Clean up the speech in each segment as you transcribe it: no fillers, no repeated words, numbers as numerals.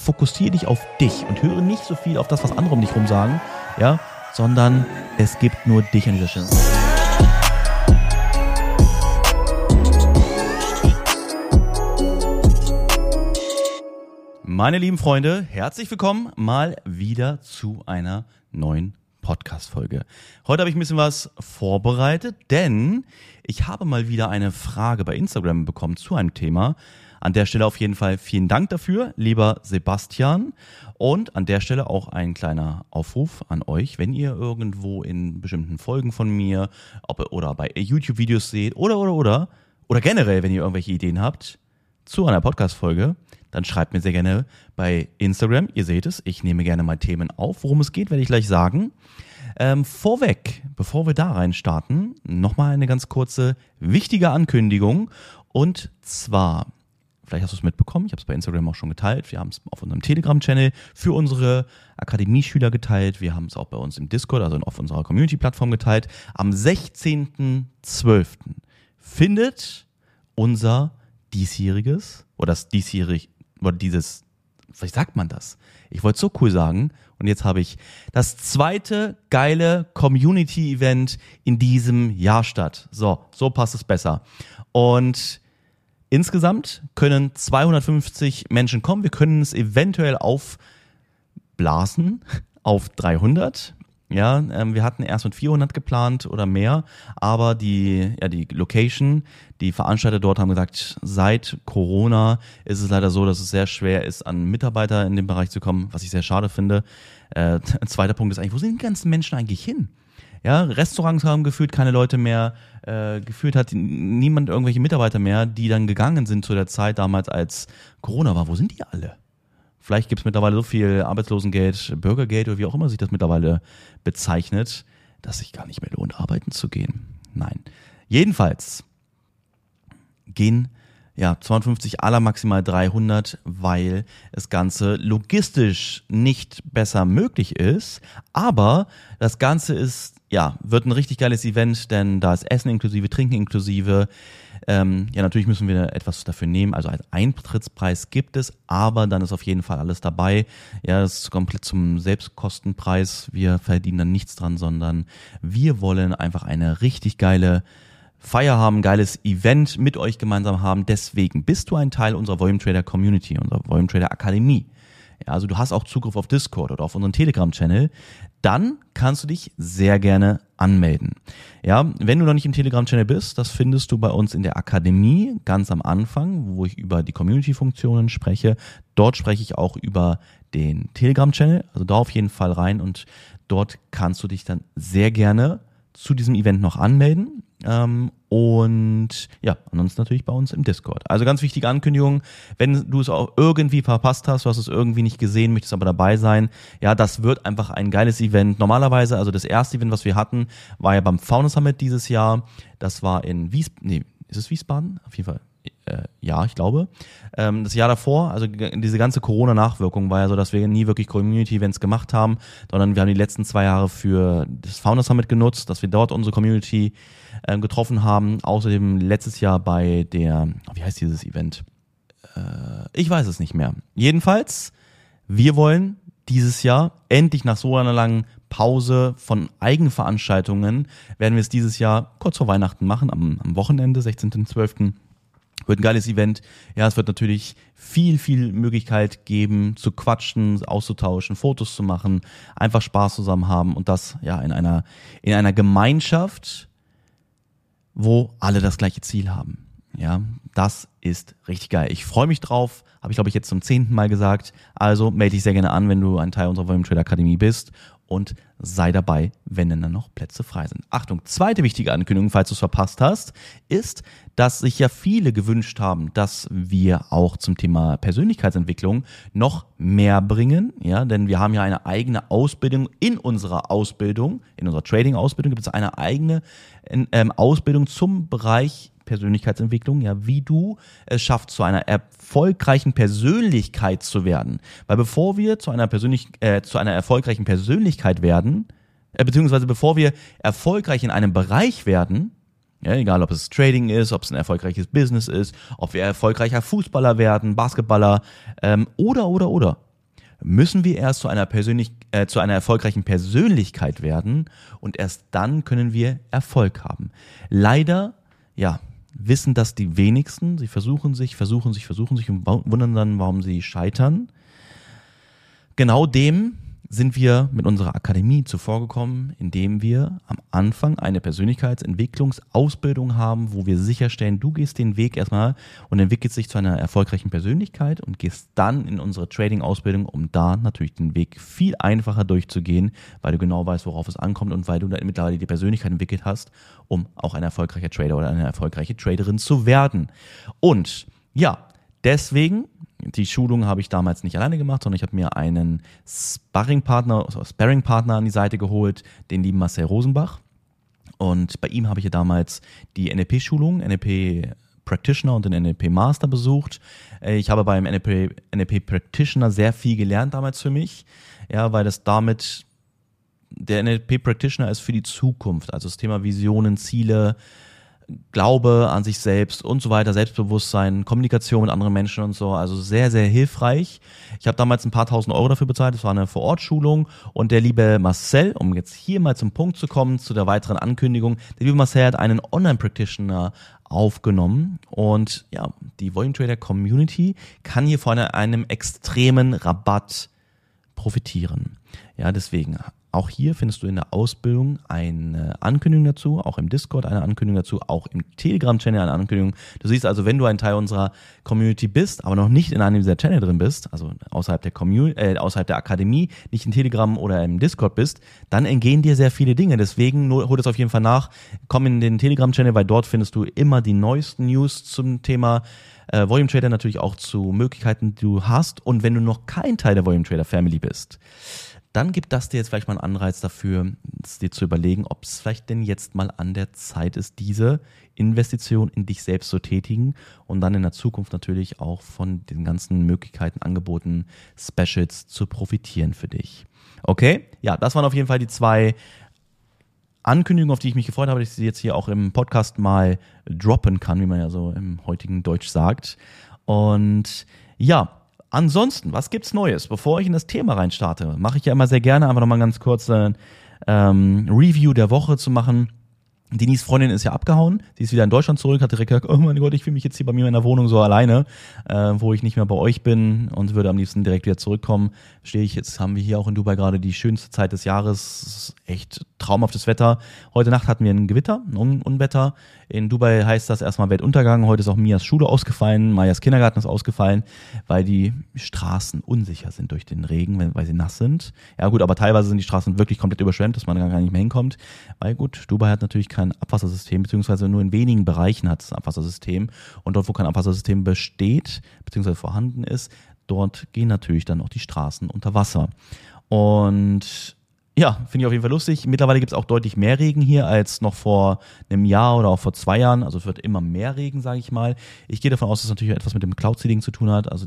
fokussiere dich auf dich und höre nicht so viel auf das, was andere um dich rum sagen, ja, sondern es gibt nur dich an dieser Stelle. Meine lieben Freunde, herzlich willkommen mal wieder zu einer neuen Podcast-Folge. Heute habe ich ein bisschen was vorbereitet, denn ich habe mal wieder eine Frage bei Instagram bekommen zu einem Thema. An der Stelle auf jeden Fall vielen Dank dafür, lieber Sebastian. Und an der Stelle auch ein kleiner Aufruf an euch, wenn ihr irgendwo in bestimmten Folgen von mir oder bei YouTube-Videos seht oder generell, wenn ihr irgendwelche Ideen habt zu einer Podcast-Folge, dann schreibt mir sehr gerne bei Instagram. Ihr seht es, ich nehme gerne mal Themen auf. Worum es geht, werde ich gleich sagen. Vorweg, bevor wir da rein starten, nochmal eine ganz kurze, wichtige Ankündigung. Und zwar, vielleicht hast du es mitbekommen, ich habe es bei Instagram auch schon geteilt. Wir haben es auf unserem Telegram-Channel für unsere Akademieschüler geteilt. Wir haben es auch bei uns im Discord, also auf unserer Community-Plattform geteilt. Am 16.12. findet unser diesjähriges, wie sagt man das? Ich wollte es so cool sagen und jetzt habe ich das zweite geile Community-Event in diesem Jahr statt. So passt es besser. Und insgesamt können 250 Menschen kommen. Wir können es eventuell aufblasen auf 300. Ja, wir hatten erst mit 400 geplant oder mehr, aber die Location, die Veranstalter dort haben gesagt, seit Corona ist es leider so, dass es sehr schwer ist, an Mitarbeiter in dem Bereich zu kommen, was ich sehr schade finde. Zweiter Punkt ist eigentlich, wo sind die ganzen Menschen eigentlich hin? Ja, Restaurants haben gefühlt keine Leute mehr, gefühlt hat niemand irgendwelche Mitarbeiter mehr, die dann gegangen sind zu der Zeit damals, als Corona war. Wo sind die alle? Vielleicht gibt es mittlerweile so viel Arbeitslosengeld, Bürgergeld oder wie auch immer sich das mittlerweile bezeichnet, dass sich gar nicht mehr lohnt, arbeiten zu gehen. Nein. Jedenfalls gehen 250, aller maximal 300, weil das Ganze logistisch nicht besser möglich ist. Aber das Ganze wird ein richtig geiles Event, denn da ist Essen inklusive, Trinken inklusive. Natürlich müssen wir etwas dafür nehmen, also als Eintrittspreis gibt es, aber dann ist auf jeden Fall alles dabei. Ja, das ist komplett zum Selbstkostenpreis. Wir verdienen dann nichts dran, sondern wir wollen einfach eine richtig geile Feier haben, geiles Event mit euch gemeinsam haben. Deswegen bist du ein Teil unserer Volume Trader Community, unserer Volume Trader Akademie. Ja, also du hast auch Zugriff auf Discord oder auf unseren Telegram-Channel. Dann kannst du dich sehr gerne anmelden. Ja, wenn du noch nicht im Telegram-Channel bist, das findest du bei uns in der Akademie ganz am Anfang, wo ich über die Community-Funktionen spreche. Dort spreche ich auch über den Telegram-Channel, also da auf jeden Fall rein und dort kannst du dich dann sehr gerne zu diesem Event noch anmelden. Und ansonsten natürlich bei uns im Discord. Also ganz wichtige Ankündigung, wenn du es auch irgendwie verpasst hast, du hast es irgendwie nicht gesehen, möchtest aber dabei sein, ja, das wird einfach ein geiles Event. Normalerweise, also das erste Event, was wir hatten, war ja beim Founder Summit dieses Jahr. Das war in Wiesbaden, ist es Wiesbaden? Auf jeden Fall. Ja, ich glaube. Das Jahr davor, also diese ganze Corona-Nachwirkung war ja so, dass wir nie wirklich Community-Events gemacht haben, sondern wir haben die letzten 2 Jahre für das Founder Summit genutzt, dass wir dort unsere Community getroffen haben. Außerdem letztes Jahr bei der, wie heißt dieses Event? Ich weiß es nicht mehr. Jedenfalls, wir wollen dieses Jahr endlich nach so einer langen Pause von Eigenveranstaltungen, werden wir es dieses Jahr kurz vor Weihnachten machen, am Wochenende, 16.12. Wird ein geiles Event. Ja, es wird natürlich viel Möglichkeit geben, zu quatschen, auszutauschen, Fotos zu machen, einfach Spaß zusammen haben und das ja in einer Gemeinschaft, wo alle das gleiche Ziel haben. Ja, das ist richtig geil. Ich freue mich drauf, habe ich glaube ich jetzt zum 10. Mal gesagt. Also melde dich sehr gerne an, wenn du ein Teil unserer Volume Trader Akademie bist und sei dabei, wenn denn dann noch Plätze frei sind. Achtung, zweite wichtige Ankündigung, falls du es verpasst hast, ist, dass sich ja viele gewünscht haben, dass wir auch zum Thema Persönlichkeitsentwicklung noch mehr bringen, ja, denn wir haben ja eine eigene Ausbildung in unserer Trading-Ausbildung gibt es eine eigene Ausbildung zum Bereich Persönlichkeitsentwicklung, ja, wie du es schaffst, zu einer erfolgreichen Persönlichkeit zu werden. Weil bevor wir zu einer erfolgreichen Persönlichkeit werden, beziehungsweise bevor wir erfolgreich in einem Bereich werden, ja, egal ob es Trading ist, ob es ein erfolgreiches Business ist, ob wir erfolgreicher Fußballer werden, Basketballer oder, müssen wir erst zu einer erfolgreichen Persönlichkeit werden und erst dann können wir Erfolg haben. Leider, ja, wissen das die wenigsten. Sie versuchen sich und wundern dann, warum sie scheitern. Genau dem sind wir mit unserer Akademie zuvorgekommen, indem wir am Anfang eine Persönlichkeitsentwicklungsausbildung haben, wo wir sicherstellen, du gehst den Weg erstmal und entwickelst dich zu einer erfolgreichen Persönlichkeit und gehst dann in unsere Trading-Ausbildung, um da natürlich den Weg viel einfacher durchzugehen, weil du genau weißt, worauf es ankommt und weil du da mittlerweile die Persönlichkeit entwickelt hast, um auch ein erfolgreicher Trader oder eine erfolgreiche Traderin zu werden. Und ja, deswegen, die Schulung habe ich damals nicht alleine gemacht, sondern ich habe mir einen Sparringpartner an die Seite geholt, den lieben Marcel Rosenbach. Und bei ihm habe ich ja damals die NLP-Schulung, NLP Practitioner und den NLP Master besucht. Ich habe beim NLP Practitioner sehr viel gelernt damals für mich, ja, weil das damit der NLP Practitioner ist für die Zukunft, also das Thema Visionen, Ziele, Glaube an sich selbst und so weiter, Selbstbewusstsein, Kommunikation mit anderen Menschen und so, also sehr, sehr hilfreich. Ich habe damals ein paar tausend Euro dafür bezahlt, das war eine Vorortschulung und der liebe Marcel, um jetzt hier mal zum Punkt zu kommen, zu der weiteren Ankündigung, der liebe Marcel hat einen Online-Practitioner aufgenommen und ja, die Volume Trader Community kann hier von einem extremen Rabatt profitieren. Ja, deswegen auch hier findest du in der Ausbildung eine Ankündigung dazu, auch im Discord eine Ankündigung dazu, auch im Telegram-Channel eine Ankündigung. Du siehst also, wenn du ein Teil unserer Community bist, aber noch nicht in einem dieser Channel drin bist, also außerhalb der Akademie, nicht in Telegram oder im Discord bist, dann entgehen dir sehr viele Dinge. Deswegen hol das auf jeden Fall nach, komm in den Telegram-Channel, weil dort findest du immer die neuesten News zum Thema Volume Trader, natürlich auch zu Möglichkeiten, die du hast. Und wenn du noch kein Teil der Volume Trader Family bist, dann gibt das dir jetzt vielleicht mal einen Anreiz dafür, dir zu überlegen, ob es vielleicht denn jetzt mal an der Zeit ist, diese Investition in dich selbst zu tätigen und dann in der Zukunft natürlich auch von den ganzen Möglichkeiten, Angeboten, Specials zu profitieren für dich. Okay? Ja, das waren auf jeden Fall die 2 Ankündigungen, auf die ich mich gefreut habe, dass ich sie jetzt hier auch im Podcast mal droppen kann, wie man ja so im heutigen Deutsch sagt. Und ja, ansonsten, was gibt's Neues? Bevor ich in das Thema reinstarte, mache ich ja immer sehr gerne einfach nochmal ganz kurz Review der Woche zu machen. Denis Freundin ist ja abgehauen, sie ist wieder in Deutschland zurück, hat direkt gesagt, oh mein Gott, ich fühle mich jetzt hier bei mir in der Wohnung so alleine, wo ich nicht mehr bei euch bin und würde am liebsten direkt wieder zurückkommen. Jetzt haben wir hier auch in Dubai gerade die schönste Zeit des Jahres, echt traumhaftes Wetter. Heute Nacht hatten wir ein Gewitter, ein Unwetter. In Dubai heißt das erstmal Weltuntergang. Heute ist auch Mias Schule ausgefallen, Majas Kindergarten ist ausgefallen, weil die Straßen unsicher sind durch den Regen, weil sie nass sind. Ja gut, aber teilweise sind die Straßen wirklich komplett überschwemmt, dass man gar nicht mehr hinkommt. Weil gut, Dubai hat natürlich kein Abwassersystem, beziehungsweise nur in wenigen Bereichen hat es ein Abwassersystem. Und dort, wo kein Abwassersystem besteht, beziehungsweise vorhanden ist, dort gehen natürlich dann auch die Straßen unter Wasser. Und ja, finde ich auf jeden Fall lustig. Mittlerweile gibt es auch deutlich mehr Regen hier als noch vor einem Jahr oder auch vor 2 Jahren. Also es wird immer mehr Regen, sage ich mal. Ich gehe davon aus, dass es natürlich etwas mit dem Cloud-Seeding zu tun hat, also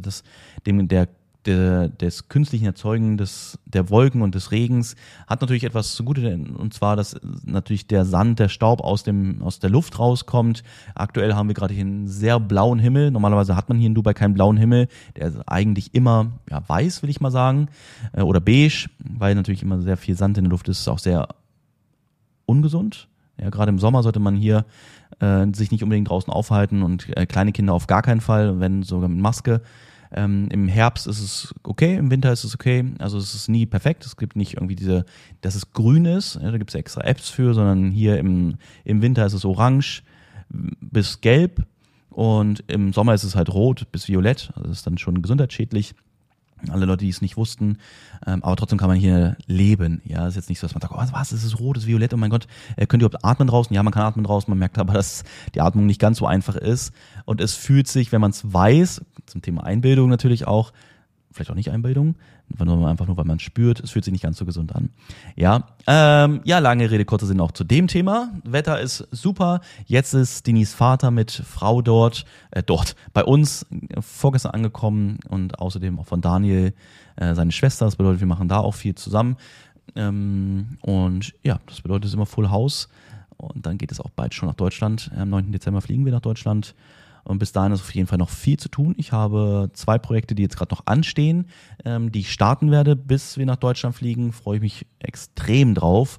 des künstlichen Erzeugen der Wolken und des Regens hat natürlich etwas zugute, und zwar, dass natürlich der Sand, der Staub aus der Luft rauskommt. Aktuell haben wir gerade hier einen sehr blauen Himmel. Normalerweise hat man hier in Dubai keinen blauen Himmel. Der ist eigentlich immer weiß, will ich mal sagen, oder beige, weil natürlich immer sehr viel Sand in der Luft ist. Ist auch sehr ungesund. Ja, gerade im Sommer sollte man hier sich nicht unbedingt draußen aufhalten und kleine Kinder auf gar keinen Fall, wenn sogar mit Maske. Im Herbst ist es okay, im Winter ist es okay, also es ist nie perfekt, es gibt nicht irgendwie dass es grün ist, ja, da gibt es extra Apps für, sondern hier im Winter ist es orange bis gelb und im Sommer ist es halt rot bis violett, also das ist dann schon gesundheitsschädlich. Alle Leute, die es nicht wussten, aber trotzdem kann man hier leben. Ja, ist jetzt nicht so, dass man sagt, oh, was, ist es rot, ist violett, oh mein Gott, könnt ihr überhaupt atmen draußen? Ja, man kann atmen draußen, man merkt aber, dass die Atmung nicht ganz so einfach ist und es fühlt sich, wenn man es weiß, zum Thema Einbildung natürlich auch, vielleicht auch nicht Einbildung, einfach nur, weil man es spürt, es fühlt sich nicht ganz so gesund an. Ja, lange Rede, kurzer Sinn auch zu dem Thema. Wetter ist super. Jetzt ist Denis Vater mit Frau dort bei uns vorgestern angekommen und außerdem auch von Daniel, seine Schwester. Das bedeutet, wir machen da auch viel zusammen. Und ja, das bedeutet, es ist immer Full House. Und dann geht es auch bald schon nach Deutschland. Am 9. Dezember fliegen wir nach Deutschland. Und bis dahin ist auf jeden Fall noch viel zu tun. Ich habe 2 Projekte, die jetzt gerade noch anstehen, die ich starten werde, bis wir nach Deutschland fliegen. Freue ich mich extrem drauf.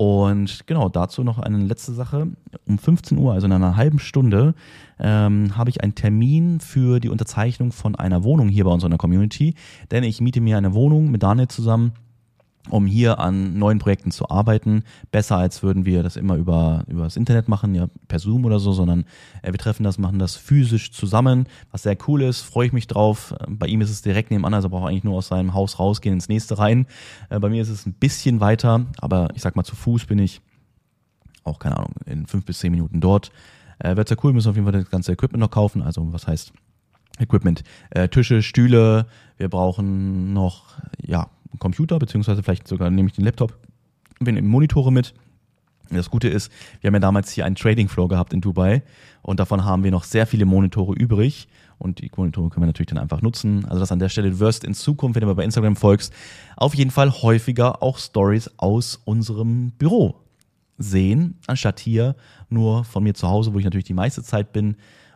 Und genau, dazu noch eine letzte Sache. Um 15 Uhr, also in einer halben Stunde, habe ich einen Termin für die Unterzeichnung von einer Wohnung hier bei uns in der Community. Denn ich miete mir eine Wohnung mit Daniel zusammen, um hier an neuen Projekten zu arbeiten. Besser als würden wir das immer über das Internet machen, ja, per Zoom oder so, sondern wir treffen das, machen das physisch zusammen, was sehr cool ist, freue ich mich drauf. Bei ihm ist es direkt nebenan, also braucht er eigentlich nur aus seinem Haus rausgehen, ins nächste rein. Bei mir ist es ein bisschen weiter, aber ich sag mal, zu Fuß bin ich auch, keine Ahnung, in 5 bis 10 Minuten dort. Wird sehr cool, müssen auf jeden Fall das ganze Equipment noch kaufen, also was heißt Equipment? Tische, Stühle, wir brauchen noch, ja, einen Computer, beziehungsweise vielleicht sogar nehme ich den Laptop, wir nehmen Monitore mit. Das Gute ist, wir haben ja damals hier einen Trading Floor gehabt in Dubai und davon haben wir noch sehr viele Monitore übrig und die Monitore können wir natürlich dann einfach nutzen. Also das an der Stelle, du wirst in Zukunft, wenn du bei Instagram folgst, auf jeden Fall häufiger auch Stories aus unserem Büro sehen, anstatt hier nur von mir zu Hause, wo ich natürlich die meiste Zeit bin.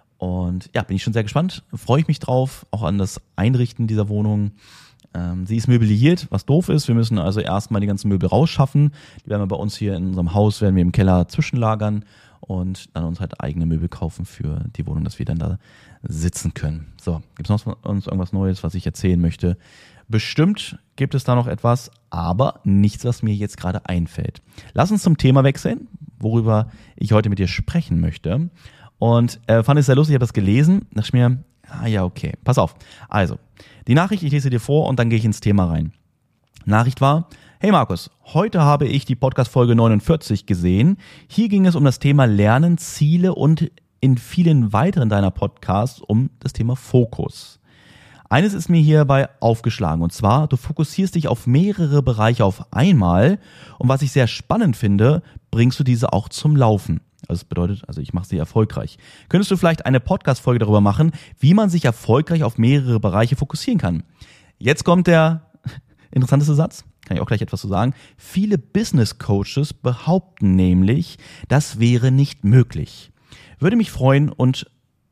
Und ja, bin ich schon sehr gespannt, freue ich mich drauf, auch an das Einrichten dieser Wohnung. Sie ist möbliert, was doof ist. Wir müssen also erstmal die ganzen Möbel rausschaffen. Die werden wir bei uns hier in unserem Haus, werden wir im Keller zwischenlagern und dann uns halt eigene Möbel kaufen für die Wohnung, dass wir dann da sitzen können. So, gibt es noch von uns irgendwas Neues, was ich erzählen möchte? Bestimmt gibt es da noch etwas, aber nichts, was mir jetzt gerade einfällt. Lass uns zum Thema wechseln, worüber ich heute mit dir sprechen möchte. Und fand es sehr lustig, ich habe das gelesen, dachte ich mir, ja, okay, pass auf. Also, die Nachricht, ich lese dir vor und dann gehe ich ins Thema rein. Nachricht war: Hey Markus, heute habe ich die Podcast-Folge 49 gesehen. Hier ging es um das Thema Lernen, Ziele und in vielen weiteren deiner Podcasts um das Thema Fokus. Eines ist mir hierbei aufgeschlagen und zwar, du fokussierst dich auf mehrere Bereiche auf einmal und was ich sehr spannend finde, bringst du diese auch zum Laufen. Also das bedeutet, ich mache sie erfolgreich. Könntest du vielleicht eine Podcast-Folge darüber machen, wie man sich erfolgreich auf mehrere Bereiche fokussieren kann? Jetzt kommt der interessanteste Satz, kann ich auch gleich etwas zu sagen. Viele Business-Coaches behaupten nämlich, das wäre nicht möglich. Würde mich freuen und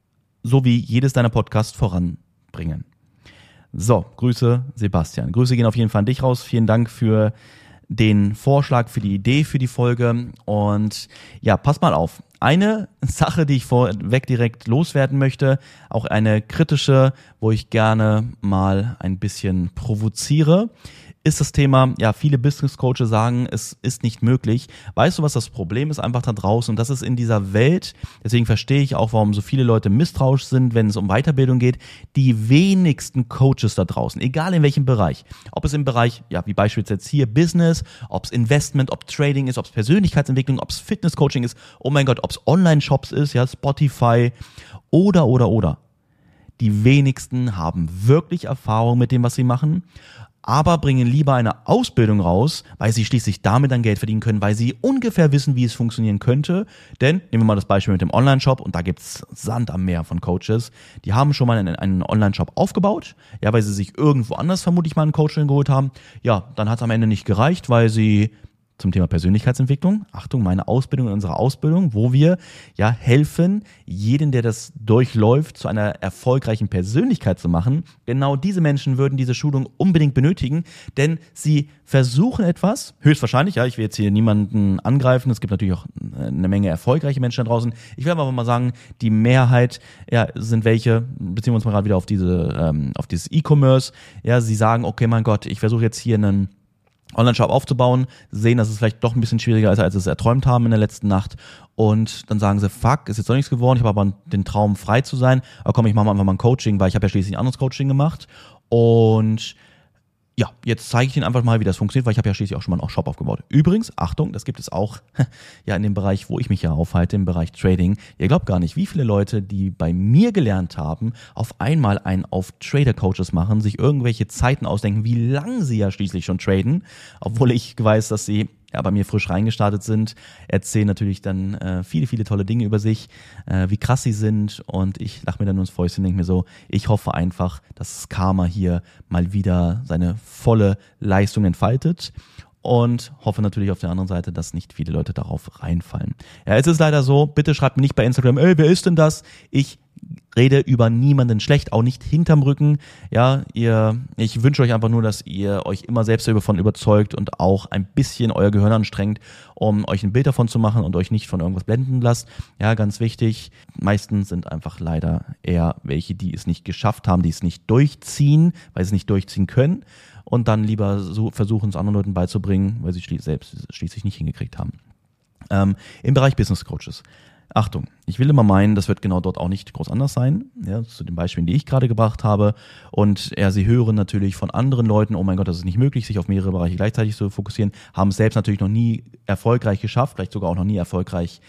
so wie jedes deiner Podcasts voranbringen. So, Grüße Sebastian. Grüße gehen auf jeden Fall an dich raus. Vielen Dank für den Vorschlag, für die Idee für die Folge und ja, pass mal auf. Eine Sache, die ich vorweg direkt loswerden möchte, auch eine kritische, wo ich gerne mal ein bisschen provoziere, ist das Thema, ja, viele Business Coaches sagen, es ist nicht möglich. Weißt du, was das Problem ist einfach da draußen? Und das ist in dieser Welt, deswegen verstehe ich auch, warum so viele Leute misstrauisch sind, wenn es um Weiterbildung geht, die wenigsten Coaches da draußen, egal in welchem Bereich. Ob es im Bereich, ja, wie beispielsweise jetzt hier Business, ob es Investment, ob Trading ist, ob es Persönlichkeitsentwicklung, ob es Fitness-Coaching ist, oh mein Gott, ob es Online-Shops ist, ja, Spotify oder. Die wenigsten haben wirklich Erfahrung mit dem, was sie machen, aber bringen lieber eine Ausbildung raus, weil sie schließlich damit dann Geld verdienen können, weil sie ungefähr wissen, wie es funktionieren könnte. Denn, nehmen wir mal das Beispiel mit dem Online-Shop und da gibt's Sand am Meer von Coaches. Die haben schon mal einen Online-Shop aufgebaut, ja, weil sie sich irgendwo anders vermutlich mal einen Coaching geholt haben. Ja, dann hat's am Ende nicht gereicht, weil sie zum Thema Persönlichkeitsentwicklung, Achtung, meine Ausbildung in unserer Ausbildung, wo wir ja helfen, jeden, der das durchläuft, zu einer erfolgreichen Persönlichkeit zu machen. Genau diese Menschen würden diese Schulung unbedingt benötigen, denn sie versuchen etwas, höchstwahrscheinlich, ja, ich will jetzt hier niemanden angreifen, es gibt natürlich auch eine Menge erfolgreiche Menschen da draußen. Ich will aber mal sagen, die Mehrheit, ja, sind welche, beziehen wir uns mal gerade wieder auf dieses E-Commerce, ja, sie sagen, okay, mein Gott, ich versuche jetzt hier einen Online-Shop aufzubauen, sehen, dass es vielleicht doch ein bisschen schwieriger ist, als sie es erträumt haben in der letzten Nacht und dann sagen sie, fuck, ist jetzt doch nichts geworden, ich habe aber den Traum, frei zu sein, aber komm, ich mache einfach mal ein Coaching, weil ich habe ja schließlich ein anderes Coaching gemacht und ja, jetzt zeige ich Ihnen einfach mal, wie das funktioniert, weil ich habe ja schließlich auch schon mal einen Shop aufgebaut. Übrigens, Achtung, das gibt es auch ja in dem Bereich, wo ich mich ja aufhalte, im Bereich Trading. Ihr glaubt gar nicht, wie viele Leute, die bei mir gelernt haben, auf einmal einen auf Trader-Coaches machen, sich irgendwelche Zeiten ausdenken, wie lange sie ja schließlich schon traden, obwohl ich weiß, dass sie ja bei mir frisch reingestartet sind, erzählen natürlich dann viele, viele tolle Dinge über sich, wie krass sie sind und ich lache mir dann nur ins Fäustchen und denke mir so, ich hoffe einfach, dass das Karma hier mal wieder seine volle Leistung entfaltet und hoffe natürlich auf der anderen Seite, dass nicht viele Leute darauf reinfallen. Ja, es ist leider so, bitte schreibt mir nicht bei Instagram, wer ist denn das? Ich rede über niemanden schlecht, auch nicht hinterm Rücken. Ja, ich wünsche euch einfach nur, dass ihr euch immer selbst davon überzeugt und auch ein bisschen euer Gehirn anstrengt, um euch ein Bild davon zu machen und euch nicht von irgendwas blenden lasst. Ja, ganz wichtig. Meistens sind einfach leider eher welche, die es nicht geschafft haben, die es nicht durchziehen, weil sie es nicht durchziehen können und dann lieber so versuchen, es anderen Leuten beizubringen, weil sie selbst schließlich nicht hingekriegt haben. Im Bereich Business Coaches. Achtung, ich will immer meinen, das wird genau dort auch nicht groß anders sein, ja, zu den Beispielen, die ich gerade gebracht habe. Und sie hören natürlich von anderen Leuten, oh mein Gott, das ist nicht möglich, sich auf mehrere Bereiche gleichzeitig zu fokussieren, haben es selbst natürlich noch nie erfolgreich geschafft, vielleicht sogar auch noch nie erfolgreich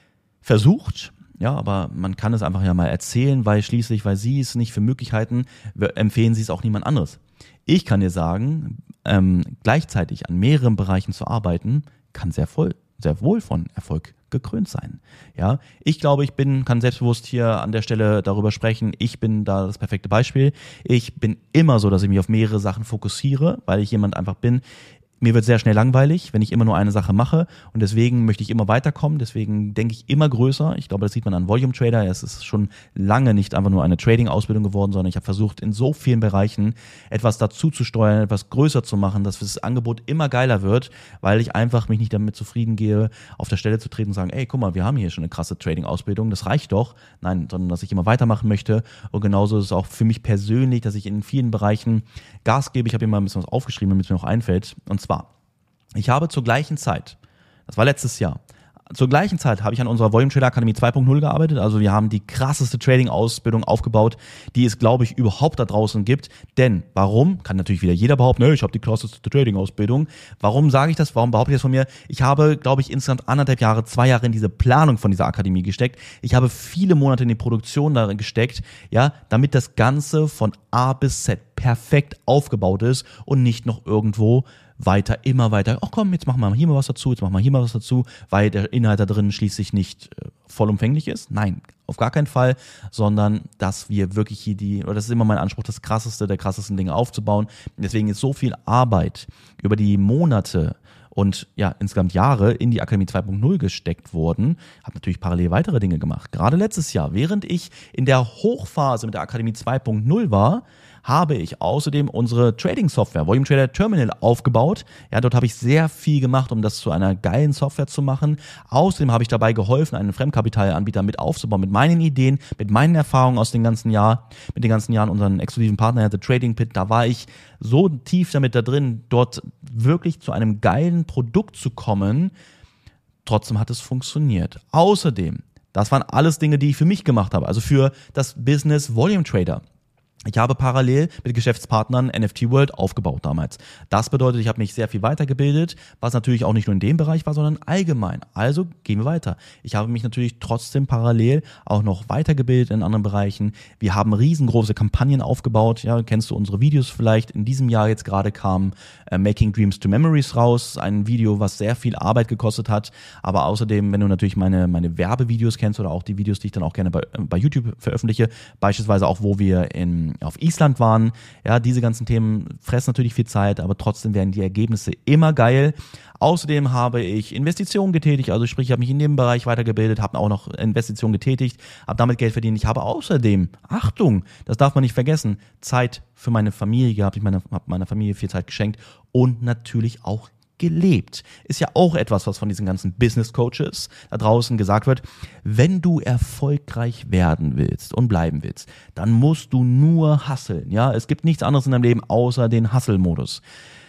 versucht. Ja, aber man kann es einfach ja mal erzählen, weil sie es nicht für möglich halten, empfehlen sie es auch niemand anderes. Ich kann dir sagen, gleichzeitig an mehreren Bereichen zu arbeiten, kann sehr wohl von Erfolg gekrönt sein. Ja, ich glaube, kann selbstbewusst hier an der Stelle darüber sprechen. Ich bin da das perfekte Beispiel. Ich bin immer so, dass ich mich auf mehrere Sachen fokussiere, weil ich jemand einfach bin. Mir wird sehr schnell langweilig, wenn ich immer nur eine Sache mache und deswegen möchte ich immer weiterkommen, deswegen denke ich immer größer. Ich glaube, das sieht man an Volume Trader. Es ist schon lange nicht einfach nur eine Trading-Ausbildung geworden, sondern ich habe versucht, in so vielen Bereichen etwas dazu zu steuern, etwas größer zu machen, dass das Angebot immer geiler wird, weil ich einfach mich nicht damit zufrieden gehe, auf der Stelle zu treten und sagen, ey, guck mal, wir haben hier schon eine krasse Trading-Ausbildung, das reicht doch. Nein, sondern dass ich immer weitermachen möchte und genauso ist es auch für mich persönlich, dass ich in vielen Bereichen Gas gebe. Ich habe hier mal ein bisschen was aufgeschrieben, damit es mir noch einfällt und zwar, ich habe zur gleichen Zeit, das war letztes Jahr, zur gleichen Zeit habe ich an unserer Volume Trader Akademie 2.0 gearbeitet. Also wir haben die krasseste Trading-Ausbildung aufgebaut, die es, glaube ich, überhaupt da draußen gibt. Denn, warum? Kann natürlich wieder jeder behaupten, ich habe die krasseste Trading-Ausbildung. Warum sage ich das? Warum behaupte ich das von mir? Ich habe, glaube ich, insgesamt 2 Jahre in diese Planung von dieser Akademie gesteckt. Ich habe viele Monate in die Produktion darin gesteckt, ja, damit das Ganze von A bis Z perfekt aufgebaut ist und nicht noch irgendwo immer weiter, ach komm, jetzt machen wir hier mal was dazu, jetzt machen wir hier mal was dazu, weil der Inhalt da drin schließlich nicht vollumfänglich ist. Nein, auf gar keinen Fall, sondern dass wir wirklich hier das ist immer mein Anspruch, das Krasseste der krassesten Dinge aufzubauen. Deswegen ist so viel Arbeit über die Monate und ja, insgesamt Jahre in die Akademie 2.0 gesteckt worden. Habe natürlich parallel weitere Dinge gemacht. Gerade letztes Jahr, während ich in der Hochphase mit der Akademie 2.0 war, habe ich außerdem unsere Trading-Software, Volume Trader Terminal, aufgebaut. Ja, dort habe ich sehr viel gemacht, um das zu einer geilen Software zu machen. Außerdem habe ich dabei geholfen, einen Fremdkapitalanbieter mit aufzubauen, mit meinen Ideen, mit meinen Erfahrungen aus den ganzen Jahren, unseren exklusiven Partner, The Trading Pit. Da war ich so tief damit da drin, dort wirklich zu einem geilen Produkt zu kommen. Trotzdem hat es funktioniert. Außerdem, das waren alles Dinge, die ich für mich gemacht habe, also für das Business Volume Trader. Ich habe parallel mit Geschäftspartnern NFT World aufgebaut damals. Das bedeutet, ich habe mich sehr viel weitergebildet, was natürlich auch nicht nur in dem Bereich war, sondern allgemein. Also gehen wir weiter. Ich habe mich natürlich trotzdem parallel auch noch weitergebildet in anderen Bereichen. Wir haben riesengroße Kampagnen aufgebaut. Ja, kennst du unsere Videos vielleicht? In diesem Jahr jetzt gerade kam Making Dreams to Memories raus. Ein Video, was sehr viel Arbeit gekostet hat. Aber außerdem, wenn du natürlich meine Werbevideos kennst oder auch die Videos, die ich dann auch gerne bei YouTube veröffentliche, beispielsweise auch, wo wir auf Island waren. Ja, diese ganzen Themen fressen natürlich viel Zeit, aber trotzdem werden die Ergebnisse immer geil. Außerdem habe ich Investitionen getätigt, also sprich, ich habe mich in dem Bereich weitergebildet, habe auch noch Investitionen getätigt, habe damit Geld verdient. Ich habe außerdem, Achtung, das darf man nicht vergessen, Zeit für meine Familie gehabt. Ich habe meiner Familie viel Zeit geschenkt und natürlich auch gelebt. Ist ja auch etwas, was von diesen ganzen Business Coaches da draußen gesagt wird. Wenn du erfolgreich werden willst und bleiben willst, dann musst du nur hustlen. Ja, es gibt nichts anderes in deinem Leben außer den Hustle-Modus.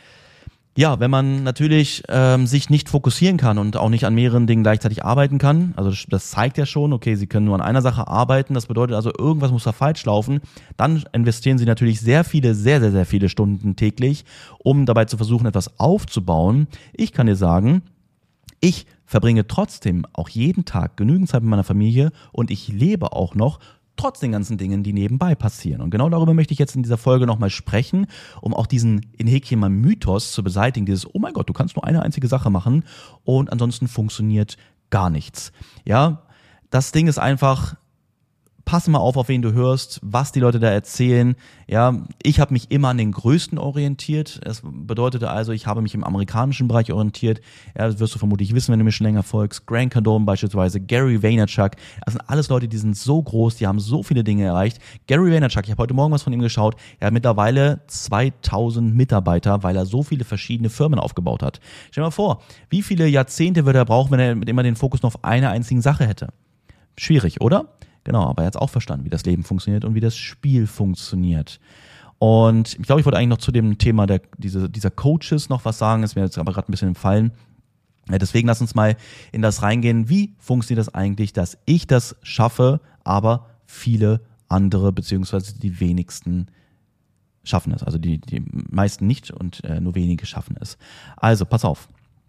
Ja, wenn man natürlich sich nicht fokussieren kann und auch nicht an mehreren Dingen gleichzeitig arbeiten kann, also das zeigt ja schon, okay, sie können nur an einer Sache arbeiten, das bedeutet also, irgendwas muss da falsch laufen, dann investieren sie natürlich sehr, sehr viele Stunden täglich, um dabei zu versuchen, etwas aufzubauen. Ich kann dir sagen, ich verbringe trotzdem auch jeden Tag genügend Zeit mit meiner Familie und ich lebe auch noch trotz den ganzen Dingen, die nebenbei passieren. Und genau darüber möchte ich jetzt in dieser Folge nochmal sprechen, um auch diesen in Häkchen mal Mythos zu beseitigen, dieses, oh mein Gott, du kannst nur eine einzige Sache machen und ansonsten funktioniert gar nichts. Ja, das Ding ist einfach, pass mal auf wen du hörst, was die Leute da erzählen. Ja, ich habe mich immer an den Größten orientiert. Das bedeutete also, ich habe mich im amerikanischen Bereich orientiert. Ja, das wirst du vermutlich wissen, wenn du mir schon länger folgst. Grant Cardone beispielsweise, Gary Vaynerchuk. Das sind alles Leute, die sind so groß, die haben so viele Dinge erreicht. Gary Vaynerchuk, ich habe heute Morgen was von ihm geschaut. Er hat mittlerweile 2000 Mitarbeiter, weil er so viele verschiedene Firmen aufgebaut hat. Stell dir mal vor, wie viele Jahrzehnte würde er brauchen, wenn er mit immer den Fokus nur auf einer einzigen Sache hätte? Schwierig, oder? Genau, aber er hat auch verstanden, wie das Leben funktioniert und wie das Spiel funktioniert. Und ich glaube, ich wollte eigentlich noch zu dem Thema dieser Coaches noch was sagen, ist mir jetzt aber gerade ein bisschen entfallen. Ja, deswegen lass uns mal in das reingehen, wie funktioniert das eigentlich, dass ich das schaffe, aber viele andere beziehungsweise die wenigsten schaffen es. Also die meisten nicht und nur wenige schaffen es. Also, pass auf.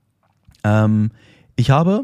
Ich habe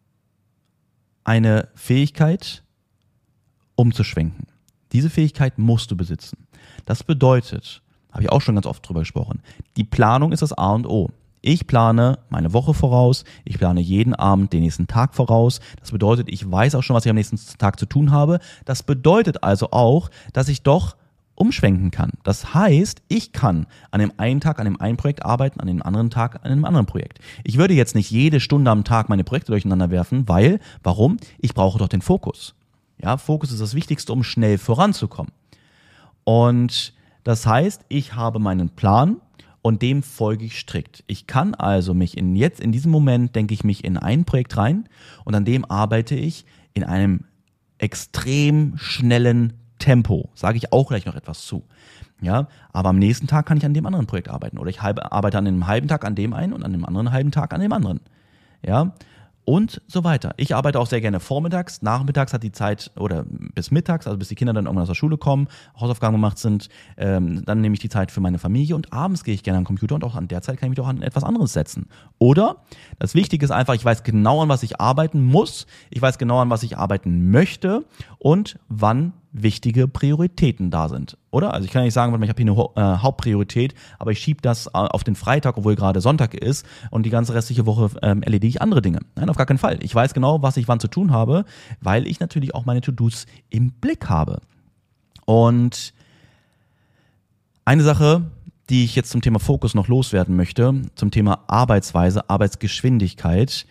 eine Fähigkeit, umzuschwenken. Diese Fähigkeit musst du besitzen. Das bedeutet, habe ich auch schon ganz oft drüber gesprochen, die Planung ist das A und O. Ich plane meine Woche voraus, ich plane jeden Abend den nächsten Tag voraus. Das bedeutet, ich weiß auch schon, was ich am nächsten Tag zu tun habe. Das bedeutet also auch, dass ich doch umschwenken kann. Das heißt, ich kann an dem einen Tag an dem einen Projekt arbeiten, an dem anderen Tag an einem anderen Projekt. Ich würde jetzt nicht jede Stunde am Tag meine Projekte durcheinander werfen, weil, warum? Ich brauche doch den Fokus. Ja, Fokus ist das Wichtigste, um schnell voranzukommen. Und das heißt, ich habe meinen Plan und dem folge ich strikt. Ich kann also mich in diesem Moment, denke ich mich in ein Projekt rein und an dem arbeite ich in einem extrem schnellen Tempo. Sage ich auch gleich noch etwas zu. Ja, aber am nächsten Tag kann ich an dem anderen Projekt arbeiten oder ich arbeite an einem halben Tag an dem einen und an dem anderen halben Tag an dem anderen. Ja, und so weiter. Ich arbeite auch sehr gerne vormittags, nachmittags hat die Zeit oder bis mittags, also bis die Kinder dann irgendwann aus der Schule kommen, Hausaufgaben gemacht sind, dann nehme ich die Zeit für meine Familie und abends gehe ich gerne an den Computer und auch an der Zeit kann ich mich auch an etwas anderes setzen. Oder, das Wichtige ist einfach, ich weiß genau, an was ich arbeiten muss, ich weiß genau, an was ich arbeiten möchte und wann wichtige Prioritäten da sind, oder? Also ich kann nicht sagen, ich habe hier eine Hauptpriorität, aber ich schiebe das auf den Freitag, obwohl gerade Sonntag ist und die ganze restliche Woche erledige ich andere Dinge. Nein, auf gar keinen Fall. Ich weiß genau, was ich wann zu tun habe, weil ich natürlich auch meine To-Dos im Blick habe. Und eine Sache, die ich jetzt zum Thema Fokus noch loswerden möchte, zum Thema Arbeitsweise, Arbeitsgeschwindigkeit.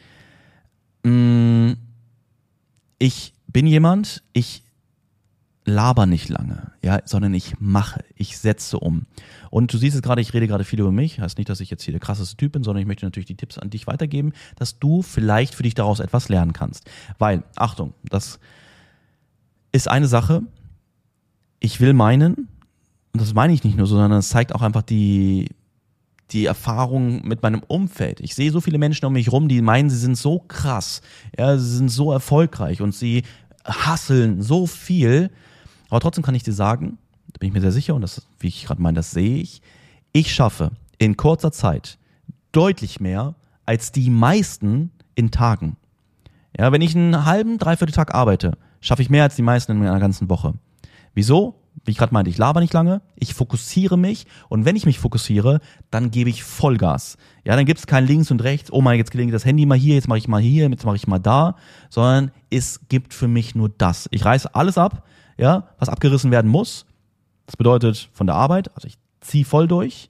Ich bin jemand, ich laber nicht lange, ja, sondern ich mache, ich setze um. Und du siehst es gerade, ich rede gerade viel über mich, heißt nicht, dass ich jetzt hier der krasseste Typ bin, sondern ich möchte natürlich die Tipps an dich weitergeben, dass du vielleicht für dich daraus etwas lernen kannst. Weil, Achtung, das ist eine Sache, ich will meinen, und das meine ich nicht nur, sondern es zeigt auch einfach die Erfahrung mit meinem Umfeld. Ich sehe so viele Menschen um mich rum, die meinen, sie sind so krass, ja, sie sind so erfolgreich und sie hustlen so viel. Aber trotzdem kann ich dir sagen, da bin ich mir sehr sicher und das, wie ich gerade meine, das sehe ich schaffe in kurzer Zeit deutlich mehr als die meisten in Tagen. Ja, wenn ich einen halben, dreiviertel Tag arbeite, schaffe ich mehr als die meisten in einer ganzen Woche. Wieso? Wie ich gerade meinte, ich laber nicht lange, ich fokussiere mich und wenn ich mich fokussiere, dann gebe ich Vollgas. Ja, dann gibt es kein links und rechts, oh mein, jetzt gelingt das Handy mal hier, jetzt mache ich mal hier, jetzt mache ich mal da, sondern es gibt für mich nur das. Ich reiße alles ab, ja, was abgerissen werden muss. Das bedeutet von der Arbeit, also ich ziehe voll durch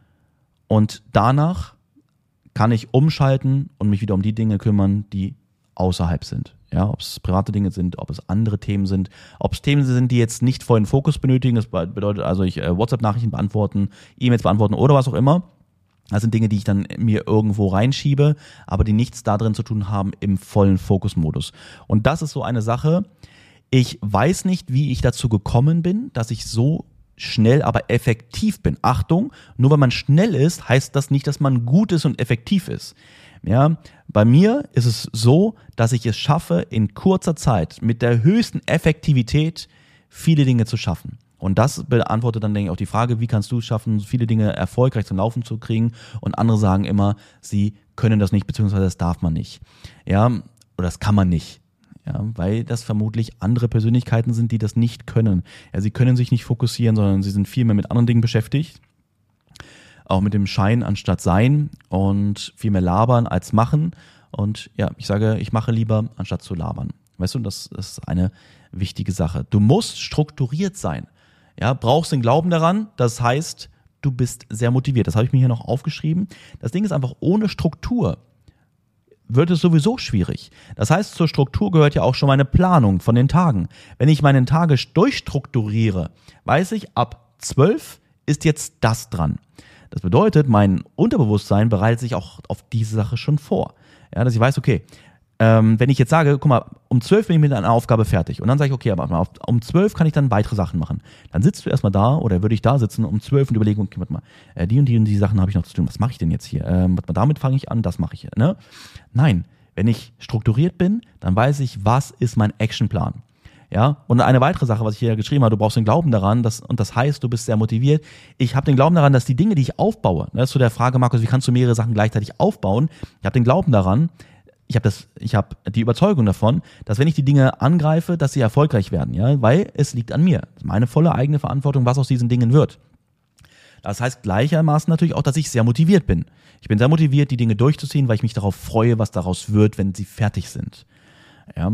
und danach kann ich umschalten und mich wieder um die Dinge kümmern, die außerhalb sind. Ja, ob es private Dinge sind, ob es andere Themen sind, ob es Themen sind, die jetzt nicht vollen Fokus benötigen, das bedeutet also ich WhatsApp-Nachrichten beantworten, E-Mails beantworten oder was auch immer. Das sind Dinge, die ich dann mir irgendwo reinschiebe, aber die nichts da drin zu tun haben im vollen Fokusmodus. Und das ist so eine Sache, ich weiß nicht, wie ich dazu gekommen bin, dass ich so schnell, aber effektiv bin. Achtung, nur weil man schnell ist, heißt das nicht, dass man gut ist und effektiv ist. Ja, bei mir ist es so, dass ich es schaffe, in kurzer Zeit mit der höchsten Effektivität viele Dinge zu schaffen. Und das beantwortet dann, denke ich, auch die Frage, wie kannst du es schaffen, viele Dinge erfolgreich zum Laufen zu kriegen? Und andere sagen immer, sie können das nicht, beziehungsweise das darf man nicht. Ja, oder das kann man nicht. Ja, weil das vermutlich andere Persönlichkeiten sind, die das nicht können. Ja, sie können sich nicht fokussieren, sondern sie sind viel mehr mit anderen Dingen beschäftigt. Auch mit dem Schein anstatt Sein und viel mehr labern als machen. Und ja, ich sage, ich mache lieber anstatt zu labern. Weißt du, das ist eine wichtige Sache. Du musst strukturiert sein. Ja, brauchst den Glauben daran, das heißt, du bist sehr motiviert. Das habe ich mir hier noch aufgeschrieben. Das Ding ist einfach, ohne Struktur wird es sowieso schwierig. Das heißt, zur Struktur gehört ja auch schon meine Planung von den Tagen. Wenn ich meine Tage durchstrukturiere, weiß ich, ab 12 ist jetzt das dran. Das bedeutet, mein Unterbewusstsein bereitet sich auch auf diese Sache schon vor. Ja, dass ich weiß, okay, wenn ich jetzt sage, guck mal, um 12 bin ich mit einer Aufgabe fertig und dann sage ich, okay, aber um 12 kann ich dann weitere Sachen machen. Dann sitzt du erstmal da oder würde ich da sitzen um 12 und überlegen, okay, warte mal, die und die Sachen habe ich noch zu tun, was mache ich denn jetzt hier? Warte mal, damit fange ich an, das mache ich hier. Ne? Nein, wenn ich strukturiert bin, dann weiß ich, was ist mein Actionplan. Ja, und eine weitere Sache, was ich hier geschrieben habe, du brauchst den Glauben daran, und das heißt, du bist sehr motiviert. Ich habe den Glauben daran, dass die Dinge, die ich aufbaue, das ist zu der Frage, Markus, wie kannst du mehrere Sachen gleichzeitig aufbauen? Ich habe den Glauben daran, ich habe die Überzeugung davon, dass wenn ich die Dinge angreife, dass sie erfolgreich werden, ja, weil es liegt an mir. Das ist meine volle eigene Verantwortung, was aus diesen Dingen wird. Das heißt gleichermaßen natürlich auch, dass ich sehr motiviert bin. Ich bin sehr motiviert, die Dinge durchzuziehen, weil ich mich darauf freue, was daraus wird, wenn sie fertig sind. Ja,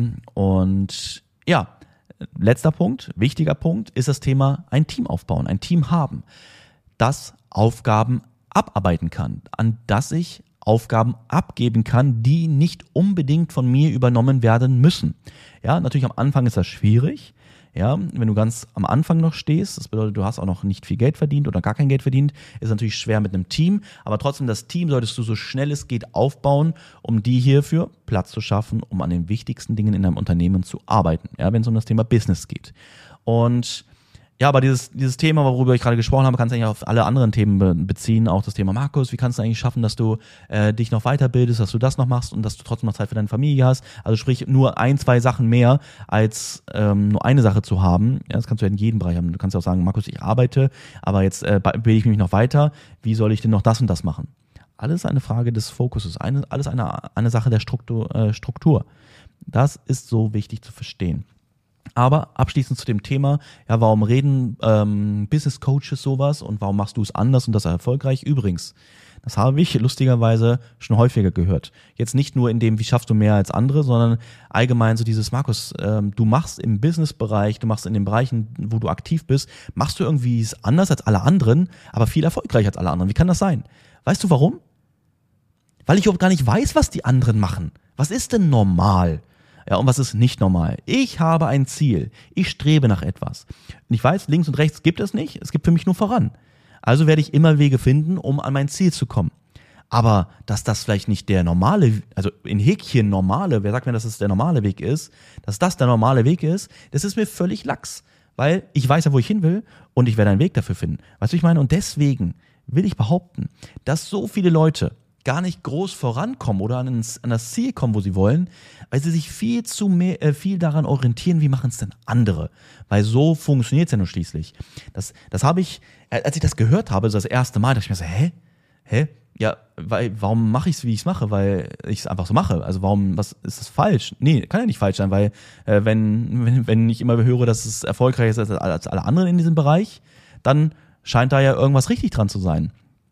und ja, letzter Punkt, wichtiger Punkt, ist das Thema ein Team aufbauen, ein Team haben, das Aufgaben abarbeiten kann, an das ich Aufgaben abgeben kann, die nicht unbedingt von mir übernommen werden müssen. Ja, natürlich am Anfang ist das schwierig. Ja, wenn du ganz am Anfang noch stehst, das bedeutet, du hast auch noch nicht viel Geld verdient oder gar kein Geld verdient, ist natürlich schwer mit einem Team, aber trotzdem das Team solltest du so schnell es geht aufbauen, um die hierfür Platz zu schaffen, um an den wichtigsten Dingen in deinem Unternehmen zu arbeiten, ja, wenn es um das Thema Business geht. Und ja, aber dieses Thema, worüber ich gerade gesprochen habe, kannst du eigentlich auf alle anderen Themen beziehen. Auch das Thema Markus, wie kannst du eigentlich schaffen, dass du dich noch weiterbildest, dass du das noch machst und dass du trotzdem noch Zeit für deine Familie hast. Also sprich, nur 1, 2 Sachen mehr, als nur eine Sache zu haben. Ja, das kannst du ja in jedem Bereich haben. Du kannst ja auch sagen, Markus, ich arbeite, aber jetzt bilde ich mich noch weiter. Wie soll ich denn noch das und das machen? Alles eine Frage des Fokuses, alles eine Sache der Struktur. Das ist so wichtig zu verstehen. Aber abschließend zu dem Thema, ja, warum reden Business Coaches sowas und warum machst du es anders und das erfolgreich? Übrigens, das habe ich lustigerweise schon häufiger gehört. Jetzt nicht nur in dem, wie schaffst du mehr als andere, sondern allgemein so dieses, Markus, du machst im Businessbereich, du machst in den Bereichen, wo du aktiv bist, machst du irgendwie es anders als alle anderen, aber viel erfolgreicher als alle anderen. Wie kann das sein? Weißt du warum? Weil ich überhaupt gar nicht weiß, was die anderen machen. Was ist denn normal? Ja, und was ist nicht normal? Ich habe ein Ziel. Ich strebe nach etwas. Und ich weiß, links und rechts gibt es nicht. Es gibt für mich nur voran. Also werde ich immer Wege finden, um an mein Ziel zu kommen. Aber dass das vielleicht nicht der normale, also in Häkchen normale, wer sagt mir, dass es der normale Weg ist, dass das der normale Weg ist, das ist mir völlig lax. Weil ich weiß ja, wo ich hin will und ich werde einen Weg dafür finden. Weißt du, ich meine? Und deswegen will ich behaupten, dass so viele Leute gar nicht groß vorankommen oder an das Ziel kommen, wo sie wollen, weil sie sich viel daran orientieren, wie machen es denn andere. Weil so funktioniert es ja nur schließlich. Das habe ich, als ich das gehört habe, so das erste Mal, dachte ich mir so, hä? Ja, warum mache ich es, wie ich es mache? Weil ich es einfach so mache. Also was ist das falsch? Nee, kann ja nicht falsch sein, weil wenn ich immer höre, dass es erfolgreicher ist als alle anderen in diesem Bereich, dann scheint da ja irgendwas richtig dran zu sein.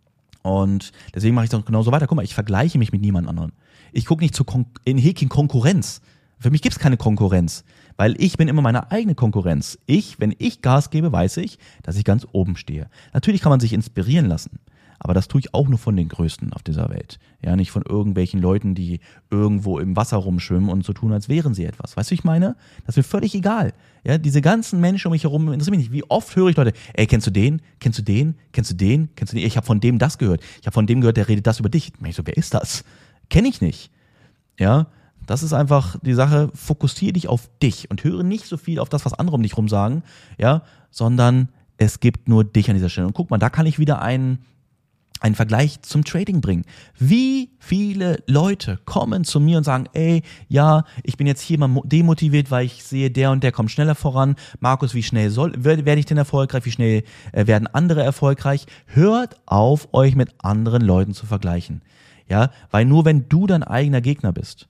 Und deswegen mache ich doch genauso weiter. Guck mal, ich vergleiche mich mit niemand anderem. Ich gucke nicht in Häkchen Konkurrenz. Für mich gibt es keine Konkurrenz, weil ich bin immer meine eigene Konkurrenz. Wenn ich Gas gebe, weiß ich, dass ich ganz oben stehe. Natürlich kann man sich inspirieren lassen, aber das tue ich auch nur von den Größten auf dieser Welt. Ja, nicht von irgendwelchen Leuten, die irgendwo im Wasser rumschwimmen und so tun, als wären sie etwas. Weißt du, wie ich meine? Das ist mir völlig egal. Ja, diese ganzen Menschen um mich herum interessieren mich nicht. Wie oft höre ich Leute, ey, kennst du den? Kennst du den? Kennst du den? Kennst du den? Ich habe von dem das gehört. Ich habe von dem gehört, der redet das über dich. Ich so, wer ist das? Kenne ich nicht. Ja, das ist einfach die Sache, fokussiere dich auf dich und höre nicht so viel auf das, was andere um dich rum sagen, ja, sondern es gibt nur dich an dieser Stelle. Und guck mal, da kann ich wieder einen Vergleich zum Trading bringen. Wie viele Leute kommen zu mir und sagen, ey, ja, ich bin jetzt hier mal demotiviert, weil ich sehe, der und der kommt schneller voran. Markus, wie schnell werde ich denn erfolgreich? Wie schnell werden andere erfolgreich? Hört auf, euch mit anderen Leuten zu vergleichen. Ja, weil nur wenn du dein eigener Gegner bist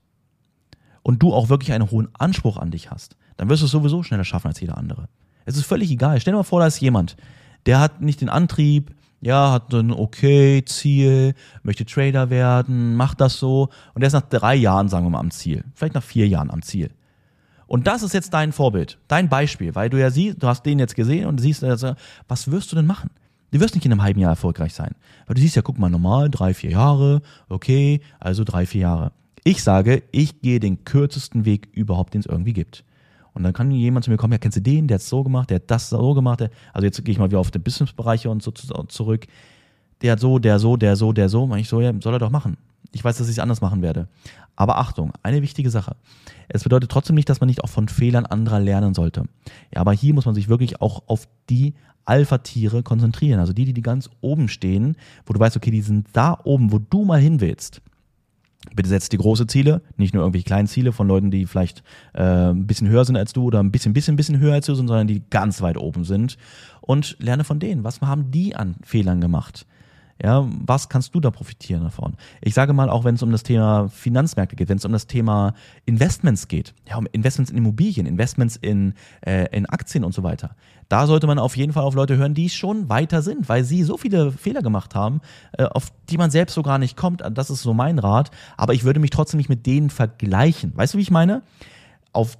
und du auch wirklich einen hohen Anspruch an dich hast, dann wirst du es sowieso schneller schaffen als jeder andere. Es ist völlig egal. Stell dir mal vor, da ist jemand, der hat nicht den Antrieb, ja, hat ein okay Ziel, möchte Trader werden, macht das so und der ist nach 3 Jahren, sagen wir mal, am Ziel. Vielleicht nach 4 Jahren am Ziel. Und das ist jetzt dein Vorbild, dein Beispiel, weil du ja siehst, du hast den jetzt gesehen und siehst, also, was wirst du denn machen? Du wirst nicht in einem halben Jahr erfolgreich sein. Weil du siehst ja, guck mal, normal 3-4 Jahre, okay, also 3-4 Jahre. Ich sage, ich gehe den kürzesten Weg überhaupt, den es irgendwie gibt. Und dann kann jemand zu mir kommen, ja, kennst du den, der hat es so gemacht, der hat das so gemacht, also jetzt gehe ich mal wieder auf die Businessbereiche und so zurück, der hat so, der so, der so, der so, meine ich so, ja, soll er doch machen. Ich weiß, dass ich es anders machen werde. Aber Achtung, eine wichtige Sache. Es bedeutet trotzdem nicht, dass man nicht auch von Fehlern anderer lernen sollte. Ja, aber hier muss man sich wirklich auch auf die Alpha-Tiere konzentrieren. Also die ganz oben stehen, wo du weißt, okay, die sind da oben, wo du mal hin willst. Bitte setz dir große Ziele, nicht nur irgendwelche kleinen Ziele von Leuten, die vielleicht ein bisschen höher sind als du oder ein bisschen höher als du sind, sondern die ganz weit oben sind. Und lerne von denen. Was haben die an Fehlern gemacht? Ja, was kannst du da profitieren davon? Ich sage mal, auch wenn es um das Thema Finanzmärkte geht, wenn es um das Thema Investments geht, ja, um Investments in Immobilien, Investments in Aktien und so weiter, da sollte man auf jeden Fall auf Leute hören, die schon weiter sind, weil sie so viele Fehler gemacht haben, auf die man selbst so gar nicht kommt. Das ist so mein Rat. Aber ich würde mich trotzdem nicht mit denen vergleichen. Weißt du, wie ich meine? Auf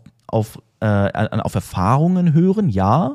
Erfahrungen hören, ja,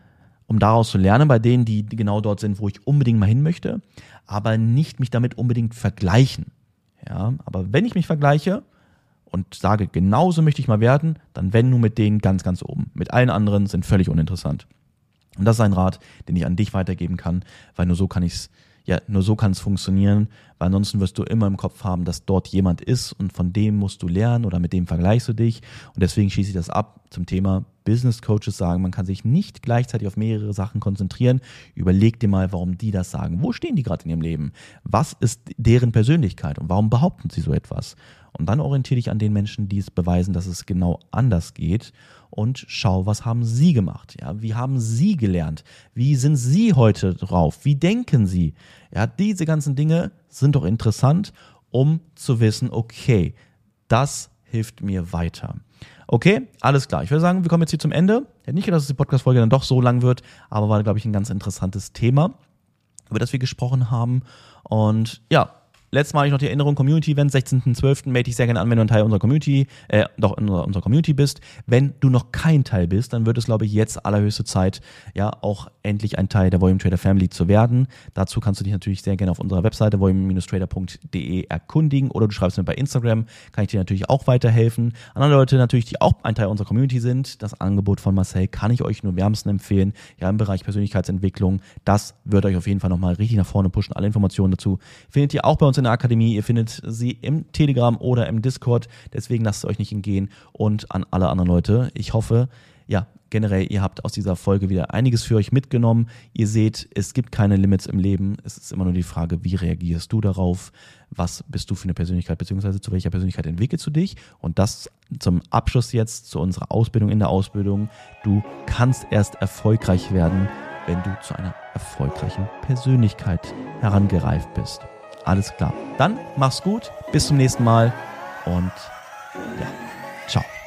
um daraus zu lernen, bei denen, die genau dort sind, wo ich unbedingt mal hin möchte, aber nicht mich damit unbedingt vergleichen. Ja, aber wenn ich mich vergleiche und sage, genauso möchte ich mal werden, dann wenn nur mit denen ganz, ganz oben. Mit allen anderen sind völlig uninteressant. Und das ist ein Rat, den ich an dich weitergeben kann, weil nur so kann es funktionieren, weil ansonsten wirst du immer im Kopf haben, dass dort jemand ist und von dem musst du lernen oder mit dem vergleichst du dich. Und deswegen schließe ich das ab zum Thema Business Coaches sagen, man kann sich nicht gleichzeitig auf mehrere Sachen konzentrieren. Überleg dir mal, warum die das sagen. Wo stehen die gerade in ihrem Leben? Was ist deren Persönlichkeit und warum behaupten sie so etwas? Und dann orientiere dich an den Menschen, die es beweisen, dass es genau anders geht und schau, was haben sie gemacht? Ja, wie haben sie gelernt? Wie sind sie heute drauf? Wie denken sie? Ja, diese ganzen Dinge sind doch interessant, um zu wissen, okay, das hilft mir weiter. Okay, alles klar. Ich würde sagen, wir kommen jetzt hier zum Ende. Ich hätte nicht gedacht, dass die Podcast-Folge dann doch so lang wird, aber war, glaube ich, ein ganz interessantes Thema, über das wir gesprochen haben. Und ja, letztes Mal habe ich noch die Erinnerung, Community-Event, 16.12. melde dich sehr gerne an, wenn du ein Teil unserer Community, in unserer Community bist. Wenn du noch kein Teil bist, dann wird es, glaube ich, jetzt allerhöchste Zeit, ja, auch endlich ein Teil der Volume Trader Family zu werden. Dazu kannst du dich natürlich sehr gerne auf unserer Webseite volume-trader.de erkundigen oder du schreibst mir bei Instagram, kann ich dir natürlich auch weiterhelfen. Andere Leute natürlich, die auch ein Teil unserer Community sind, das Angebot von Marcel kann ich euch nur wärmsten empfehlen, ja, im Bereich Persönlichkeitsentwicklung. Das wird euch auf jeden Fall nochmal richtig nach vorne pushen. Alle Informationen dazu findet ihr auch bei uns in der Akademie. Ihr findet sie im Telegram oder im Discord. Deswegen lasst es euch nicht entgehen. Und an alle anderen Leute, ich hoffe, ja, generell, ihr habt aus dieser Folge wieder einiges für euch mitgenommen. Ihr seht, es gibt keine Limits im Leben. Es ist immer nur die Frage, wie reagierst du darauf? Was bist du für eine Persönlichkeit, beziehungsweise zu welcher Persönlichkeit entwickelst du dich? Und das zum Abschluss jetzt, zu unserer Ausbildung in der Ausbildung. Du kannst erst erfolgreich werden, wenn du zu einer erfolgreichen Persönlichkeit herangereift bist. Alles klar. Dann mach's gut, bis zum nächsten Mal und ja, ciao.